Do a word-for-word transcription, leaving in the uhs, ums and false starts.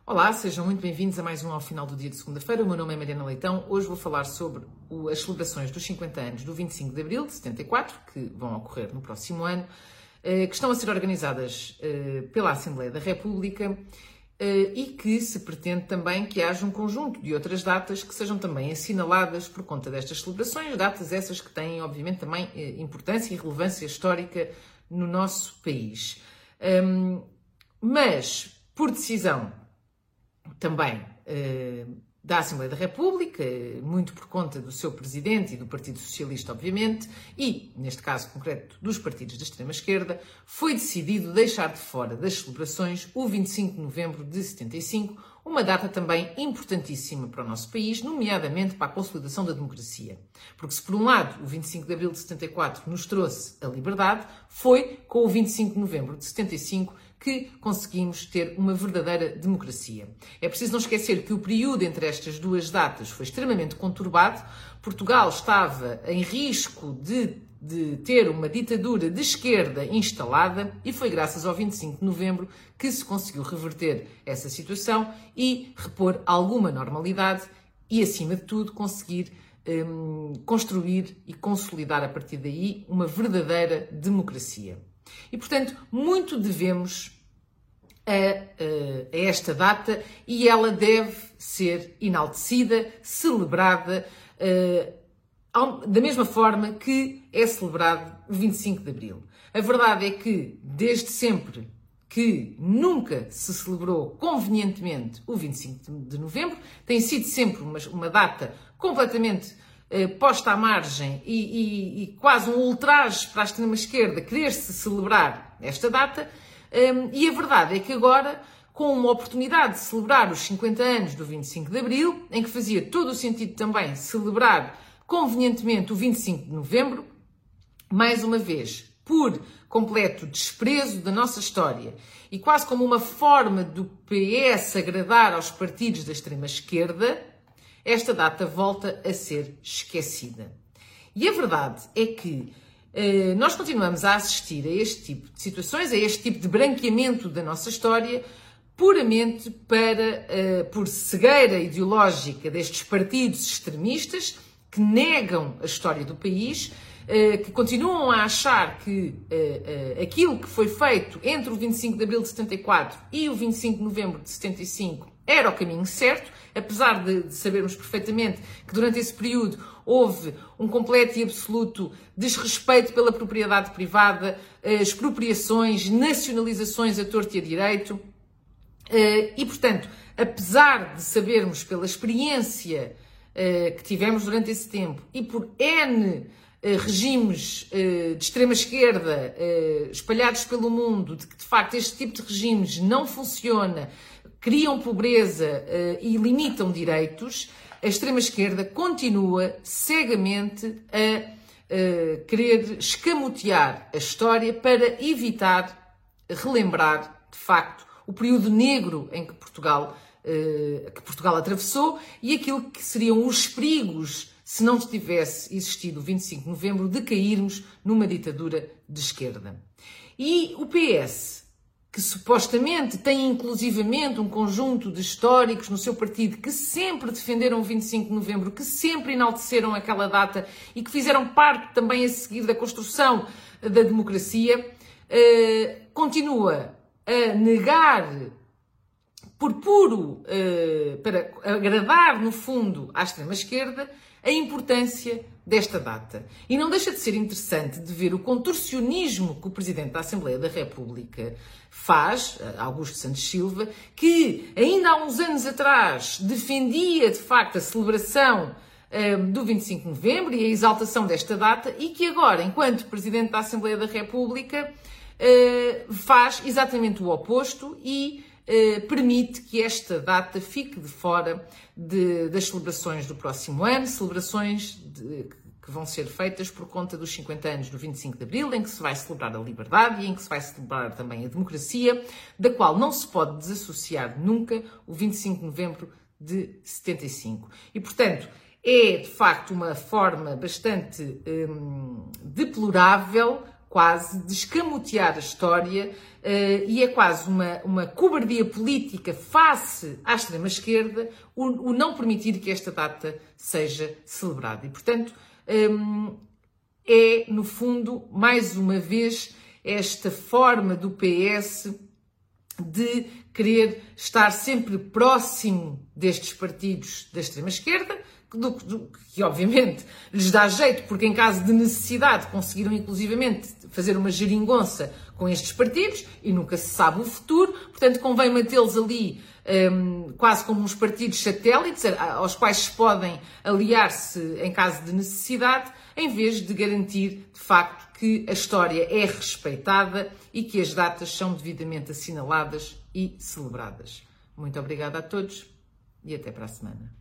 Olá, sejam muito bem-vindos a mais um Ao Final do Dia de segunda-feira. O meu nome é Mariana Leitão. Hoje vou falar sobre o, as celebrações dos cinquenta anos do vinte e cinco de Abril de setenta e quatro, que vão ocorrer no próximo ano, eh, que estão a ser organizadas eh, pela Assembleia da República eh, e que se pretende também que haja um conjunto de outras datas que sejam também assinaladas por conta destas celebrações, datas essas que têm, obviamente, também eh, importância e relevância histórica no nosso país. Um, mas, por decisão também eh, da Assembleia da República, muito por conta do seu presidente e do Partido Socialista, obviamente, e, neste caso concreto, dos partidos da extrema-esquerda, foi decidido deixar de fora das celebrações o vinte e cinco de novembro de setenta e cinco, uma data também importantíssima para o nosso país, nomeadamente para a consolidação da democracia. Porque se, por um lado, o vinte e cinco de Abril de setenta e quatro nos trouxe a liberdade, foi com o vinte e cinco de Novembro de setenta e cinco que conseguimos ter uma verdadeira democracia. É preciso não esquecer que o período entre estas duas datas foi extremamente conturbado. Portugal estava em risco de, de ter uma ditadura de esquerda instalada e foi graças ao vinte e cinco de Novembro que se conseguiu reverter essa situação e repor alguma normalidade e, acima de tudo, conseguir hum, construir e consolidar a partir daí uma verdadeira democracia. E, portanto, muito devemos a, a esta data e ela deve ser enaltecida, celebrada, uh, da mesma forma que é celebrado o vinte e cinco de Abril. A verdade é que, desde sempre que nunca se celebrou convenientemente o vinte e cinco de Novembro, tem sido sempre uma, uma data completamente Uh, posta à margem e, e, e quase um ultraje para a extrema-esquerda querer-se celebrar esta data, um, e a verdade é que agora, com uma oportunidade de celebrar os cinquenta anos do vinte e cinco de Abril, em que fazia todo o sentido também celebrar convenientemente o vinte e cinco de Novembro, mais uma vez, por completo desprezo da nossa história e quase como uma forma do P S agradar aos partidos da extrema-esquerda, esta data volta a ser esquecida. E a verdade é que eh, nós continuamos a assistir a este tipo de situações, a este tipo de branqueamento da nossa história, puramente para, eh, por cegueira ideológica destes partidos extremistas que negam a história do país, eh, que continuam a achar que eh, eh, aquilo que foi feito entre o vinte e cinco de Abril de setenta e quatro e o vinte e cinco de Novembro de setenta e cinco era o caminho certo, apesar de, de sabermos perfeitamente que durante esse período houve um completo e absoluto desrespeito pela propriedade privada, expropriações, nacionalizações a torto e a direito. E, portanto, apesar de sabermos pela experiência que tivemos durante esse tempo e por N regimes de extrema-esquerda espalhados pelo mundo, de que, de facto, este tipo de regimes não funciona, criam pobreza uh, e limitam direitos, a extrema-esquerda continua cegamente a uh, querer escamotear a história para evitar relembrar, de facto, o período negro em que Portugal, uh, que Portugal atravessou e aquilo que seriam os perigos se não tivesse existido o vinte e cinco de Novembro de cairmos numa ditadura de esquerda. E o P S, que supostamente tem inclusivamente um conjunto de históricos no seu partido que sempre defenderam o vinte e cinco de Novembro, que sempre enalteceram aquela data e que fizeram parte também a seguir da construção da democracia, eh, continua a negar, por puro, eh, para agradar no fundo à extrema-esquerda, a importância desta data. E não deixa de ser interessante de ver o contorcionismo que o Presidente da Assembleia da República faz, Augusto Santos Silva, que ainda há uns anos atrás defendia de facto a celebração um, do vinte e cinco de Novembro e a exaltação desta data e que agora, enquanto Presidente da Assembleia da República, uh, faz exatamente o oposto e Uh, permite que esta data fique de fora de, das celebrações do próximo ano, celebrações de, que vão ser feitas por conta dos cinquenta anos do vinte e cinco de Abril, em que se vai celebrar a liberdade e em que se vai celebrar também a democracia, da qual não se pode desassociar nunca o vinte e cinco de Novembro de setenta e cinco. E, portanto, é de facto uma forma bastante hum, deplorável quase de escamotear a história uh, e é quase uma, uma cobardia política face à extrema-esquerda o, o não permitir que esta data seja celebrada. E, portanto, um, é, no fundo, mais uma vez, esta forma do P S de querer estar sempre próximo destes partidos da extrema-esquerda, do, do, que obviamente lhes dá jeito, porque em caso de necessidade conseguiram inclusivamente fazer uma geringonça com estes partidos e nunca se sabe o futuro, portanto convém mantê-los ali um, quase como uns partidos satélites aos quais se podem aliar-se em caso de necessidade, em vez de garantir de facto que a história é respeitada e que as datas são devidamente assinaladas e celebradas. Muito obrigada a todos e até para a semana.